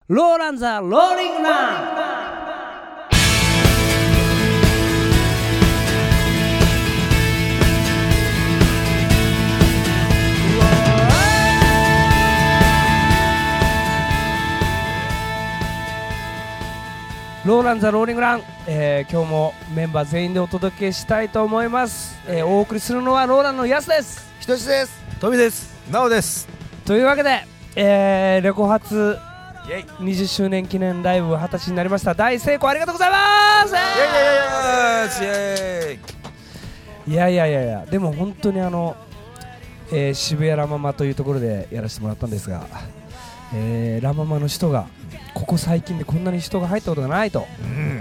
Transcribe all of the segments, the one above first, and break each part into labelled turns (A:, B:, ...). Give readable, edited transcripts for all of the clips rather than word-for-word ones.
A: ローランザローリングラン。ローランザローリングラン、今日もメンバー全員でお届けしたいと思います。お送りするのはローランのヤスです。
B: ひとしです。
C: トミです。なおです。
A: というわけで、レコ発20周年記念ライブ20歳になりました。大成功ありがとうございます。いやでも本当に渋谷ラママというところでやらせてもらったんですが、ラママの人がここ最近でこんなに人が入ったことがないと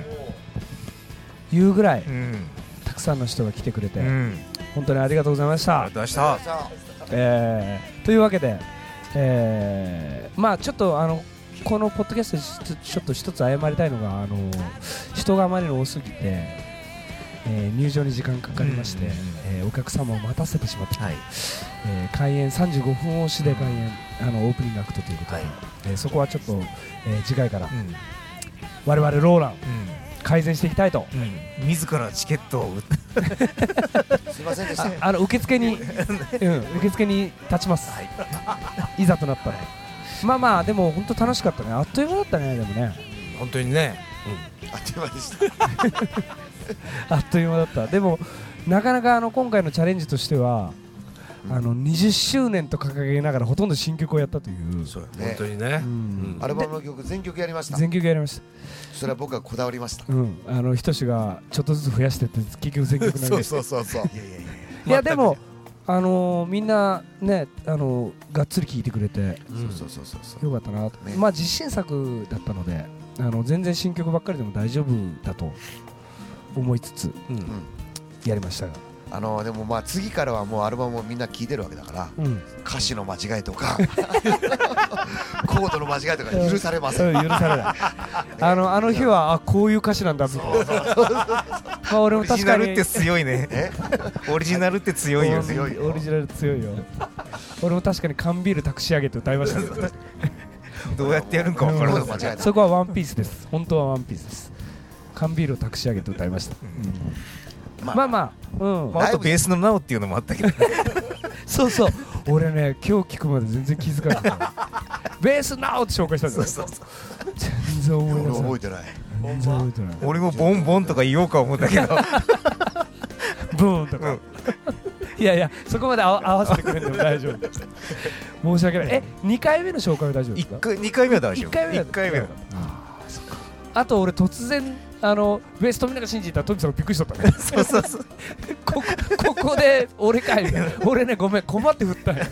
A: いうぐらい、たくさんの人が来てくれて、本当にありがとうございました。
C: ありがとうございました。
A: というわけで、まあちょっとこのポッドキャストでちょっと一つ謝りたいのが、人があまりに多すぎて、入場に時間かかりまして、お客様を待たせてしまって、開演35分押しで開演、オープニングアクトということで、そこはちょっと、次回から、我々ローラン、改善していきたいと、
C: 自らチケットを
B: すいませんでした。
A: 受付に立ちます、いざとなったら。まあでも本当楽しかったね。あっという間だったね。でもね、
C: 本当にね、
B: あっという間でした
A: あっという間だった。でもなかなか今回のチャレンジとしては、20周年と掲げながらほとんど新曲をやったという。
C: そうやね、本当にね、
B: アルバムの曲全曲やりました。
A: 全曲やりました。
B: それは僕がこだわりました。
A: ひとしがちょっとずつ増やしてって結局全曲になりました。
B: そう
A: いやでもみんなね、がっつり聴いてくれてよかったなと、まあ自信作だったので、全然新曲ばっかりでも大丈夫だと思いつつやりましたが、
B: でもまあ次からはもうアルバムをみんな聴いてるわけだから、歌詞の間違いとかコードの間違いとか許されません。
A: 許されない。あの日はこういう歌詞なんだみたいな。俺も確かに
C: オリジナルって強いね。オリジナルって強いよ。
A: オリジナル強いよ。俺も確かに缶ビール託し上げて歌いましたけど
C: どうやってやるんか分からない。
A: そこはワンピースです。本当はワンピースです。缶ビールを託し上げて歌いました。まあ
C: あとベースのなおっていうのもあったけど
A: そう俺ね、今日聞くまで全然気づかなかったベースなおって紹介したんだよ。全然覚えてない。
C: 俺もボンボンとか言おうか思ったけど
A: ブーンとかいやそこまで合わせてくれんでも大丈夫申し訳ない。2回目の紹介は大丈夫ですか
C: ？2回目は大丈夫。1回目だ。
A: あと俺突然ベース富永信じたらトミさんがびっくりしとったね。そうここで俺かいみたいな。俺ね、ごめん、困って振ったよ。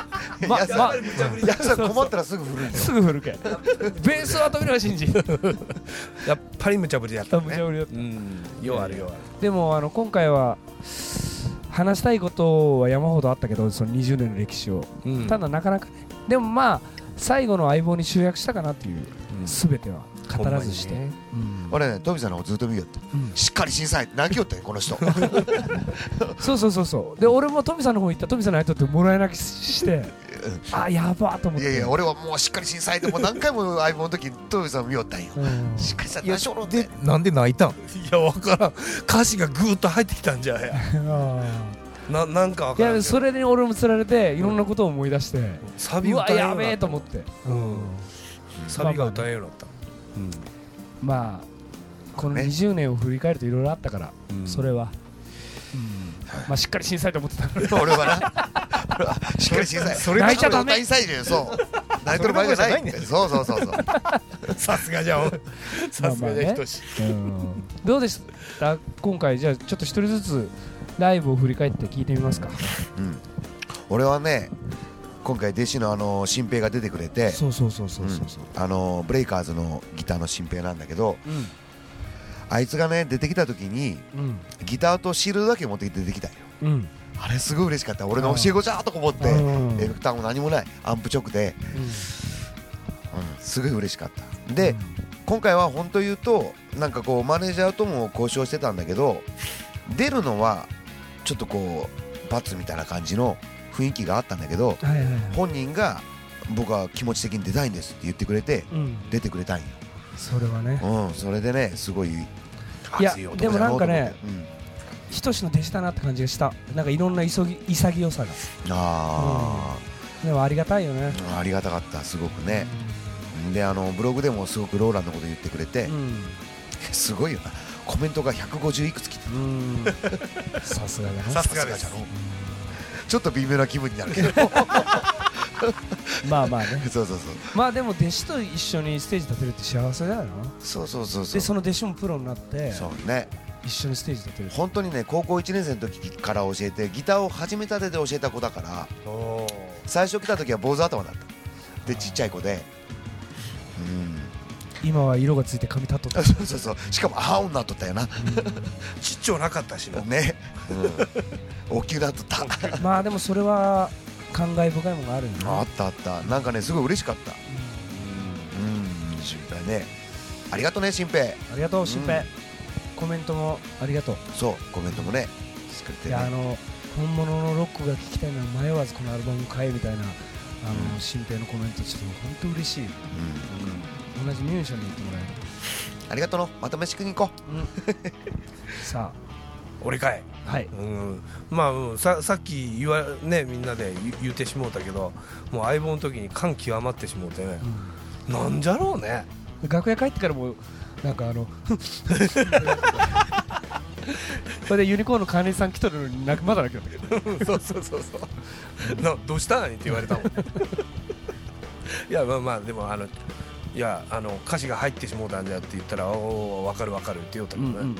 B: 困ったらすぐ振るんです
A: よ。すぐ振るけん。ベースは富永信じ
C: やっぱり無茶ぶりだったね。
A: 無茶ぶりだった。
C: ようある。
A: でも今回は話したいことは山ほどあったけど、その20年の歴史を、ただなかなかね。でもまあ最後の相棒に集約したかなっていう、全ては語らずして、
B: 俺ね、トミさんの方ずっと見よって、しっかり審査員って泣きよったよこの人
A: そうで、俺もトミさんの方行った。トミさんの後ってもらい泣きしてやばーと思って。
B: いや俺はもうしっかり審査員でも何回も相棒の時トミさん見よったんよ。しっかりさ何しょろって
C: なんで泣いたん？い
D: や分からん。歌詞がぐーっと入ってきたんじゃなんか分からん。
A: いやそれに俺もつられていろんなことを思い出して、
D: サビ歌えようになった。
A: やべえと思って、
D: サビが歌えようになった。
A: まあこの20年を振り返るといろいろあったから、それはまあしっかり審査員と思ってた。
B: 俺はしっかり審査員。それ
A: 泣いちゃダメ。
B: そう泣いてる場合じゃない。そう
D: さすがじゃん。さすがじゃひとし。
A: どうでした今回？じゃあちょっと一人ずつライブを振り返って聞いてみますか。
B: 俺はね、今回弟子の新平が出てくれて、
A: そう
B: ブレイカーズのギターの新平なんだけど、あいつがね出てきた時にギターとシールドだけ持ってきて出てきたよ。あれすごい嬉しかった。俺の教え子じゃーとか思って、エフェクターも何もないアンプ直ですごい嬉しかった。で今回は本当言うとなんかこうマネージャーとも交渉してたんだけど、出るのはちょっとこう罰みたいな感じの雰囲気があったんだけど、本人が僕は気持ち的に出たいんですって言ってくれて、出てくれたんよ。
A: それはね、
B: それでねすごい
A: いやでもなんかね、ひとしの弟子だなって感じがした。なんかいろんな潔さが。でもありがたいよね。
B: ありがたかったすごくね。でブログでもすごくローランのこと言ってくれて、すごいよな。コメントが150いくつ来て
A: る。さすがだね。
D: さすがです。
B: ちょっと微妙な気分になるけど。
A: まあまあね。
B: そうそうそう。
A: まあでも弟子と一緒にステージ立てるって幸せだよな。
B: そうそうそうそう。
A: でその弟子もプロになって。
B: そうね。
A: 一緒にステージ立てる。
B: 本当にね高校1年生の時から教えてギターを始めたてで教えた子だから。最初来た時は坊主頭だった。でちっちゃい子で。
A: 今は色がついて髪立っとった。
B: そうそうそう。しかも青になっとったよな。
D: ちっちゃなかったし
B: ね。大きくなっとった。
A: まあでもそれは感慨深いものがあるよね。
B: あったあった。なんかねすごい嬉しかった。新平ね。ありがとうね新平。
A: ありがとう新平。コメントもありがとう。
B: そうコメントもね作ってね。
A: いや本物のロックが聴きたいのは迷わずこのアルバム買えみたいな新平のコメントちょっと本当嬉しい。同じミュージシャンに言ってもらえる。
B: ありがとうの。また飯食いに行こ
A: う。さあ
D: 俺かい。
A: はい。
D: まあさっきねみんなで言ってしもうたけど、もう相棒の時に感極まってしもうてね。なんじゃろうね。
A: 楽屋帰ってからもなんかそれでユニコーンの管理さん来とるのにまだ泣けたけど。
D: そうどうしたのにって言われたもん。いやまあでもいや歌詞が入ってしもうたんじゃって言ったらおお分かるって言おうたけどね。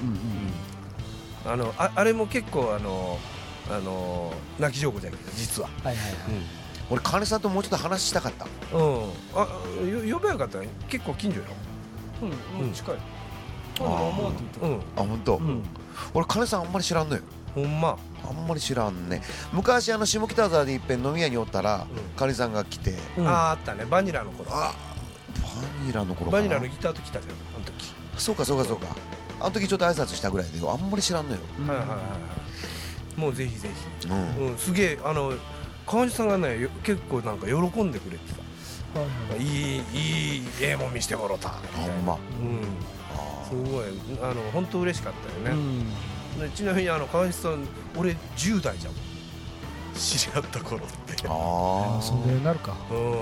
D: あれも結構泣き上手じゃけど実は。
B: 俺金さんともうちょっと話したかった。
D: 呼べばよかったね。結構近所よ。
A: 近い。
B: あ本当。俺金さんあんまり知らんのよ。
D: ほんま。
B: あんまり知らんね。昔下北沢でいっぺん飲み屋におったら金さんが来て。
D: あったねバニラの頃。
B: バニラの頃
D: バニラのギターと来たじゃんあの時。
B: そうかあの時ちょっと挨拶したぐらいであんまり知らんのよ。
D: もうぜひぜひ。すげえ川西さんがね結構なんか喜んでくれてた。いいえもん見してもろたみたいな。すごい本当嬉しかったよね。ちなみに川西さん俺10代じゃん知り合った頃って。
A: それになるか。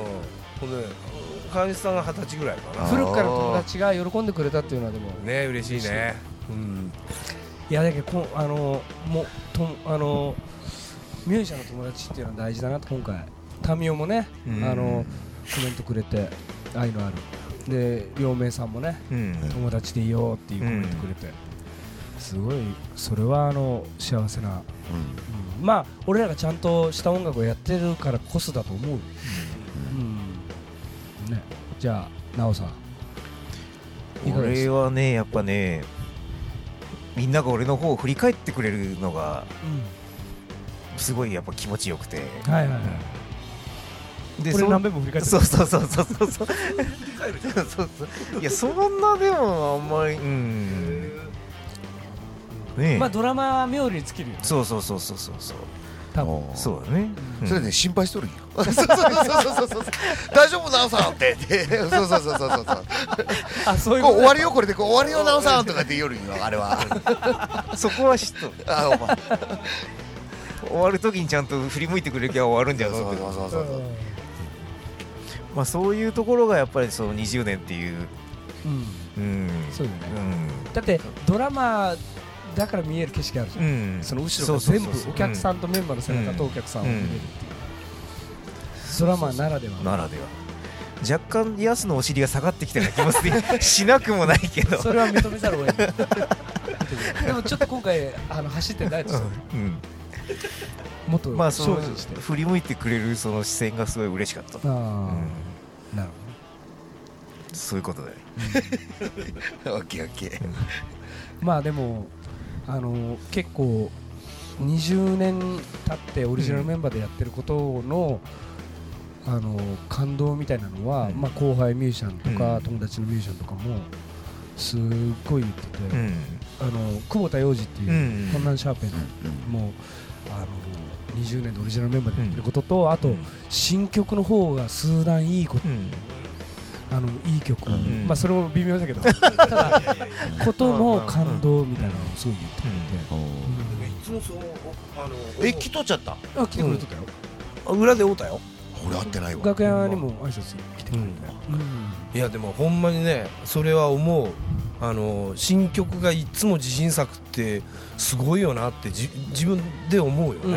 D: 川西さんが20歳ぐらいかな。
A: 古くから友達が喜んでくれたっていうのはでも
D: ね嬉しいね。
A: いやだけどミュージシャンの友達っていうのは大事だなと。今回タミオもねコメントくれて愛のあるで両名さんもね友達でいいよっていうコメントくれてすごいそれは幸せな。まあ俺らがちゃんとした音楽をやってるからこそだと思う。じゃあなおさん
E: 俺はねやっぱねみんなが俺の方を振り返ってくれるのがすごいやっぱ気持ちよくて。
A: で俺何遍も振り返って
E: そういやそんなでもあんまり
A: まあドラマ冥利に尽きるよ。
E: そう
A: 多分
E: そうだね。
B: それで心配しとるんよ。そう大丈夫なおさんってそういう終わりよこれで終わりよなおさんとかって言いよるんよあれは。
E: そこは知っとる。終わる時にちゃんと振り向いてくれる気は終わるんじゃぞって。まあそういうところがやっぱりその20年っていう。
A: そうだね。だってドラマだから見える景色あるじゃん。その後ろが全部お客さんとメンバーの背中とお客さんを見れるっていうドラマならでは。
E: 若干ヤスのお尻が下がってきたような気もしなくもないけど。
A: それは認めざるを得ない。でもちょっと今回走ってないですよね。もっと精進して
E: 振り向いてくれるその視線がすごい嬉しかった。
A: なるほど。
E: そういうことだよ。
B: オッケー。
A: まあでも結構20年経ってオリジナルメンバーでやってることの感動みたいなのはまあ後輩ミュージシャンとか友達のミュージシャンとかもすっごい言ってて、久保田洋二っていうコンナンシャーペンも 20年でオリジナルメンバーでやってることと、あと新曲の方が数段いいこと、いい曲、まあそれも微妙だけど、ただことの感動みたいなのをすごい言ってくれて、
D: いつもそう
B: 来とっちゃった。
A: 来てくれとったよ。
D: 裏で会うたよ。
B: 俺会ってないわ。
A: 楽屋にも挨拶来てくれて。
D: いやでもほんまにね、それは思う。新曲がいつも自信作ってすごいよなって自分で思うよね。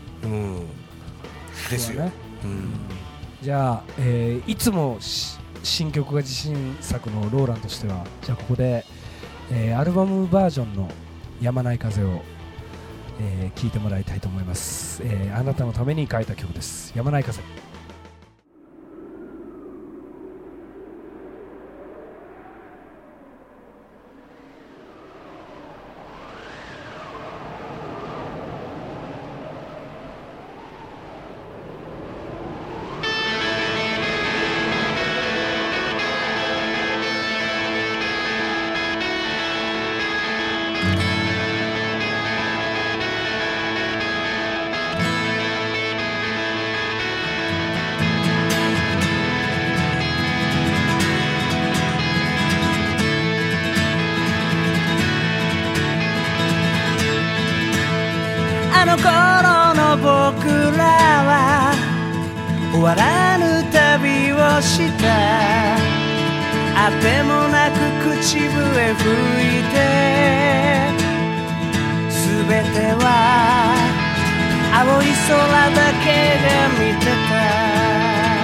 D: ですよ。
A: じゃあいつも新曲が自信作のローランとしては、じゃあここでアルバムバージョンのやまない風を聴いてもらいたいと思います。あなたのために書いた曲です。やまない風。
F: あの頃の僕らは終わらぬ旅をした。あてもなく口笛吹いて、すべては青い空だけが見てた。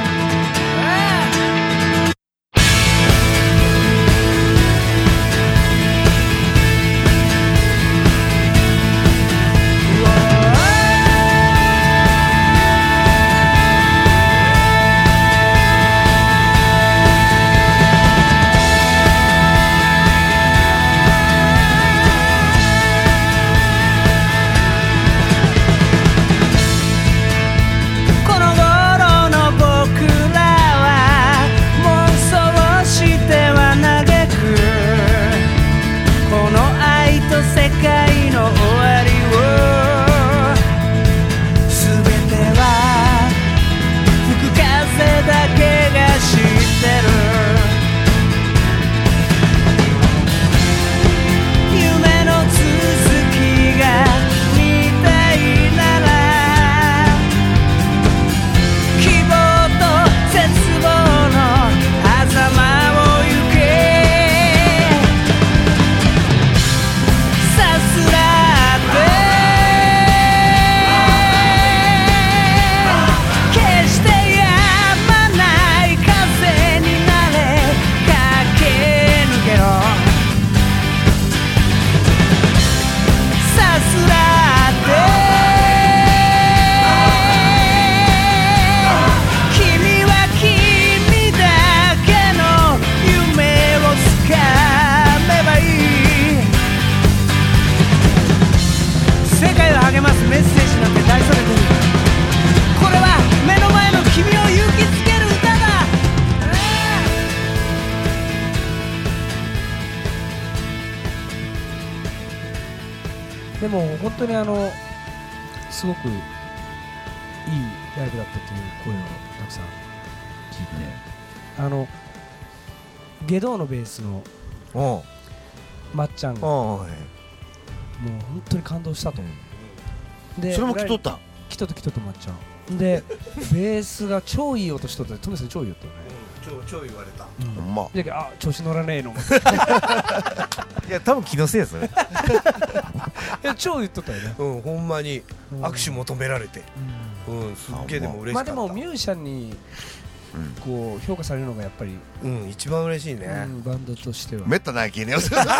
A: でも本当にすごくいいライブだったという声をたくさん聞いて、ゲドーのベースのまっちゃんがもう本当に感動したと。
B: でそれも来とった。
A: 来とったまっちゃんでベースが超いい音しとった。トメさん超いい音ね。
D: 超言われた。
A: あ、調子乗らねえの。
E: いや多分気のせいですよね。
A: いや超言っとったよね。
D: ほんまに握手求められて、すっげえでも嬉しかった。
A: まあでもミュージシャンにこう評価されるのがやっぱり
D: 一番嬉しいね。
A: バンドとしては。
B: めったないけねよ。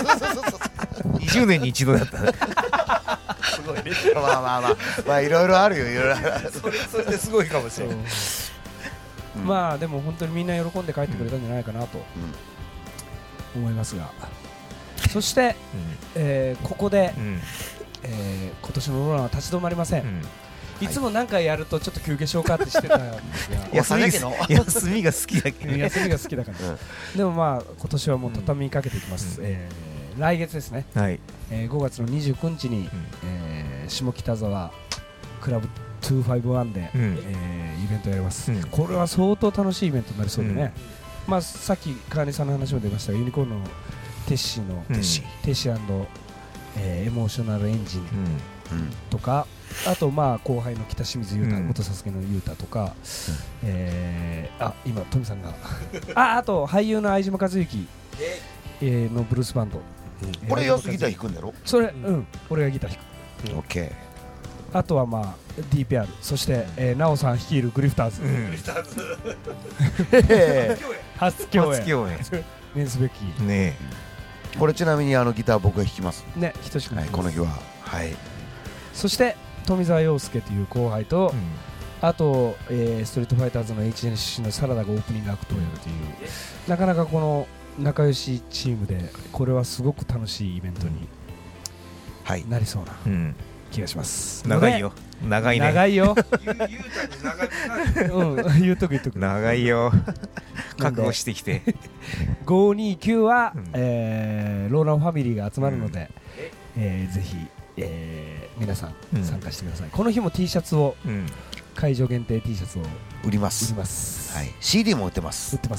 E: 20年に一度だった。
B: すごいね。まあいろいろあるよ。いろいろ。
D: それですごいかもしれない。
A: まあでも本当にみんな喜んで帰ってくれたんじゃないかなと思いますが、そして、ここで、今年のローランは立ち止まりません。いつも何回やるとちょっと休憩しようかってしてたんですが、
E: 休みが好きだけど、
A: 休みが好きだから、でもまあ今年はもう畳みかけていきます。来月ですね、5月の29日に、下北沢クラブ 251で、イベントやります、これは相当楽しいイベントになりそうでね、まあ、さっき川西さんの話も出ましたがユニコーンのテッシのテッシエモーショナルエンジンとか、あとまあ後輩の北清水優太、元サスケの優太とか、今トミさんがあと俳優の相島和之のブルースバンド、
B: これヤスギター弾くんだろ。
A: それ俺がギター弾く。
B: オッケー。
A: あとはまあ DPR、 そしてナオさん率いるグリフターズ、初共演メンスベッキー
E: ね。
B: これちなみにギター僕が弾きます
A: ね。等しくない、
B: この日は。はい。
A: そして富澤陽介という後輩と、あと、ストリートファイターズの HN 出身のサラダがオープニングアクトをやるという、なかなかこの仲良しチームでこれはすごく楽しいイベントになりそうな気がします。
E: 長いよ。長いね。
A: 長いよ。言うとく言うとく。
E: 長いよ。覚悟してきて。
A: 529はローランファミリーが集まるので、ぜひ皆さん参加してください。この日も T シャツを、会場限定 T シャツを
B: 売ります。はい。CD も売ってます。
A: 売ってます。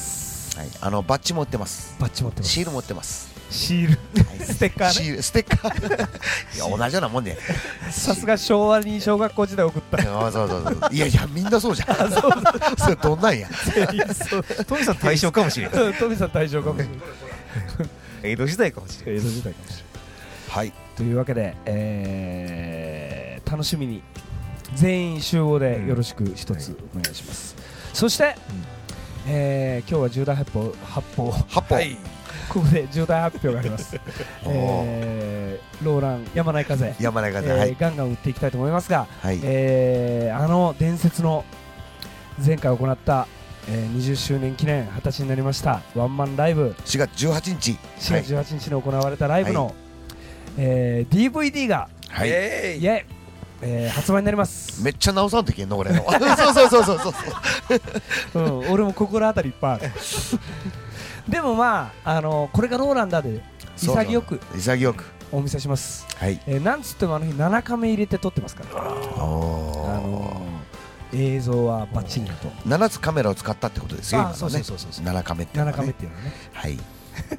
B: はい。バッジも売ってます。
A: バッジも売ってます。
B: シールも売ってます。
A: シール、ステッカー、
B: ステッカー。いや、同じようなもんね。
A: さすが昭和に小学校時代送った。
B: そう。いやみんなそうじゃん。それどんなんや。
E: トミさん対象かもしれない。
A: トミさん対象かもしれない。
E: 江戸時代かもしれない。
A: 江戸時代かもしれない。
B: はい。
A: というわけで、楽しみに全員集合でよろしく一つお願いします。そして、今日は重大発表。ここで重大発表があります。ローラン山内風、ガンガン打っていきたいと思いますが、伝説の前回行った20周年記念20歳になりましたワンマンライブ、
B: 4月18日
A: に行われたライブのDVD が発売になります。
B: めっちゃ直さんといけんの俺の。そう。
A: 俺も心当たりいっぱいある。でもまあこれがローランダで潔くお見せします。なんつっても7カメ入れて撮ってますから。映像はバッチリだと。
B: 7つカメラを使ったってことですよ。
A: そう。
B: 7カメっていうのはね。はい。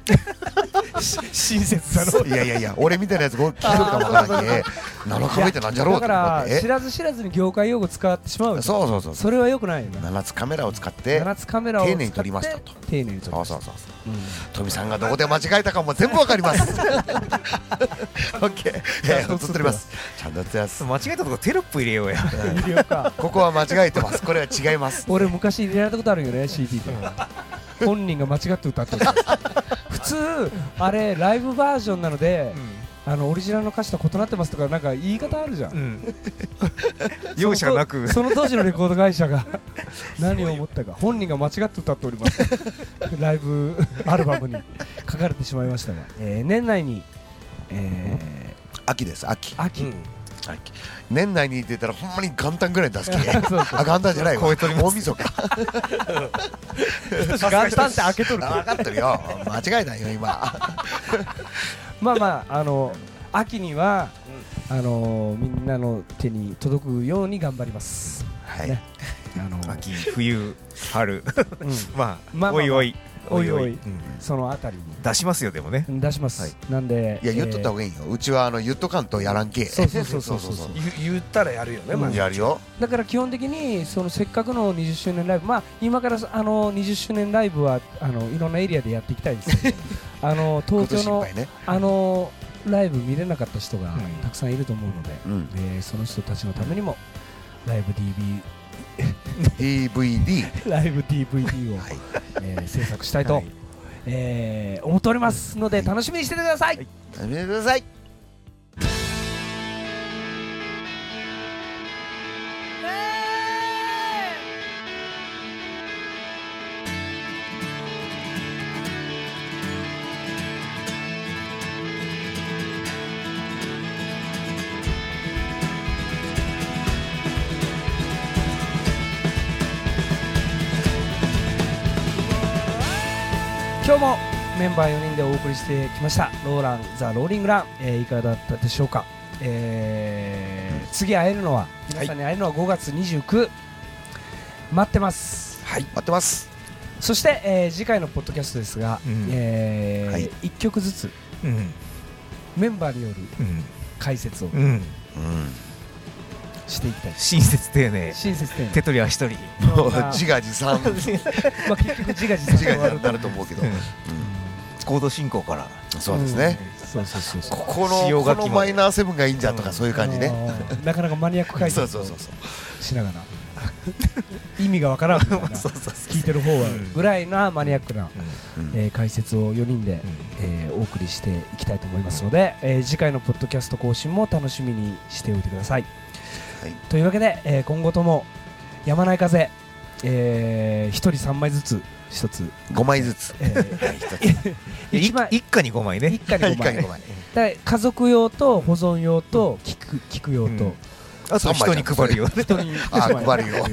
A: 親切だろ。
B: いや俺みたいなやつ聞いとるかもわからんけ7カメってなんじゃろうって。だ
A: から知らず知らずに業界用語使ってしまう。
B: そう
A: それはよくないよね。
B: 7つカメラを使って丁寧に撮りましたと。
A: 丁寧に撮りました。
B: そう。富さんがどこで間違えたかも全部わかります。オッケー。撮ってます。ちゃんとやってます。
E: 間違えたとこテロップ入れようや。
B: ここは間違えてます。これは違います。
A: 俺昔入れられたことあるよね CD で。本人が間違って歌ってる。普通あれライブバージョンなので、オリジナルの歌詞と異なってますとかなんか言い方あるじゃん。
E: 容赦なく
A: その当時のレコード会社が何を思ったか、本人が間違って歌っております。ライブアルバムに書かれてしまいましたが、年内に
B: 秋です。秋。年内にって言ったらほんまに元旦ぐらいに出す気。元旦じゃないわ。大晦日。
A: 元旦って開けとる。
B: 分かってるよ。間違えないよ今。
A: まあ秋にはみんなの手に届くように頑張ります。はい。
E: 秋、冬、春、まあおいおい
A: そのあたりに
E: 出しますよ。でもね
A: 出します。なんで
B: いや言っとった方がいいよ。うちは言っとかんとやらんけ。
A: そう
D: 言ったらやるよね。
B: やるよ。
A: だから基本的にせっかくの20周年ライブ、まあ今から20周年ライブはいろんなエリアでやっていきたいですけど、東京のライブ見れなかった人がたくさんいると思うので、その人たちのためにもライブ
B: DVD
A: ライブ DVD を制作したいと思っておりますので楽しみにしててください。
B: 楽しみにしてください。
A: 今日もメンバー4人でお送りしてきましたローランザローリングラン、いかがだったでしょうか。 次会えるのは皆さんに会えるのは5月29待ってます。
B: はい、待ってます。
A: そして、次回のポッドキャストですが、1曲ずつ、メンバーによる解説をしていきたい。
E: 親切丁寧、手取り足取り、
B: 自画自賛
A: まあ結局自画自賛
B: になると思うけど、
E: コード進行から。
B: そうですね。このマイナー7がいいんじゃんとかそういう感じね。
A: なかなかマニアック解説をしながら意味がわからん聞いてる方はぐらいなマニアックな解説を4人でお送りしていきたいと思いますので、次回のポッドキャスト更新も楽しみにしておいてください。というわけで今後ともやまない風1人3枚ずつ1つ
B: 5枚ずつ
E: 一家に5枚ね。
A: 一家に5枚家族用と保存用と聞く用と
E: あと人に配るよ。
B: 配るよ。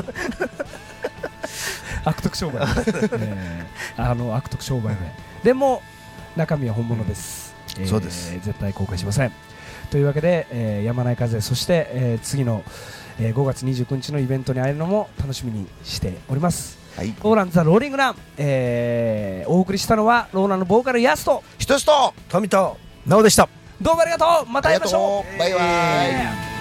A: 悪徳商売悪徳商売でも中身は本物です。
B: そうです。
A: 絶対公開しません。というわけでやまない風、そして次の5月29日のイベントに会えるのも楽しみにしております。ローランザローリングラン、お送りしたのはローランのボーカルヤスと
B: ひとしと
D: 富田
E: なおでした。
A: どうもありがとう。また会いましょう。
B: バイバイ。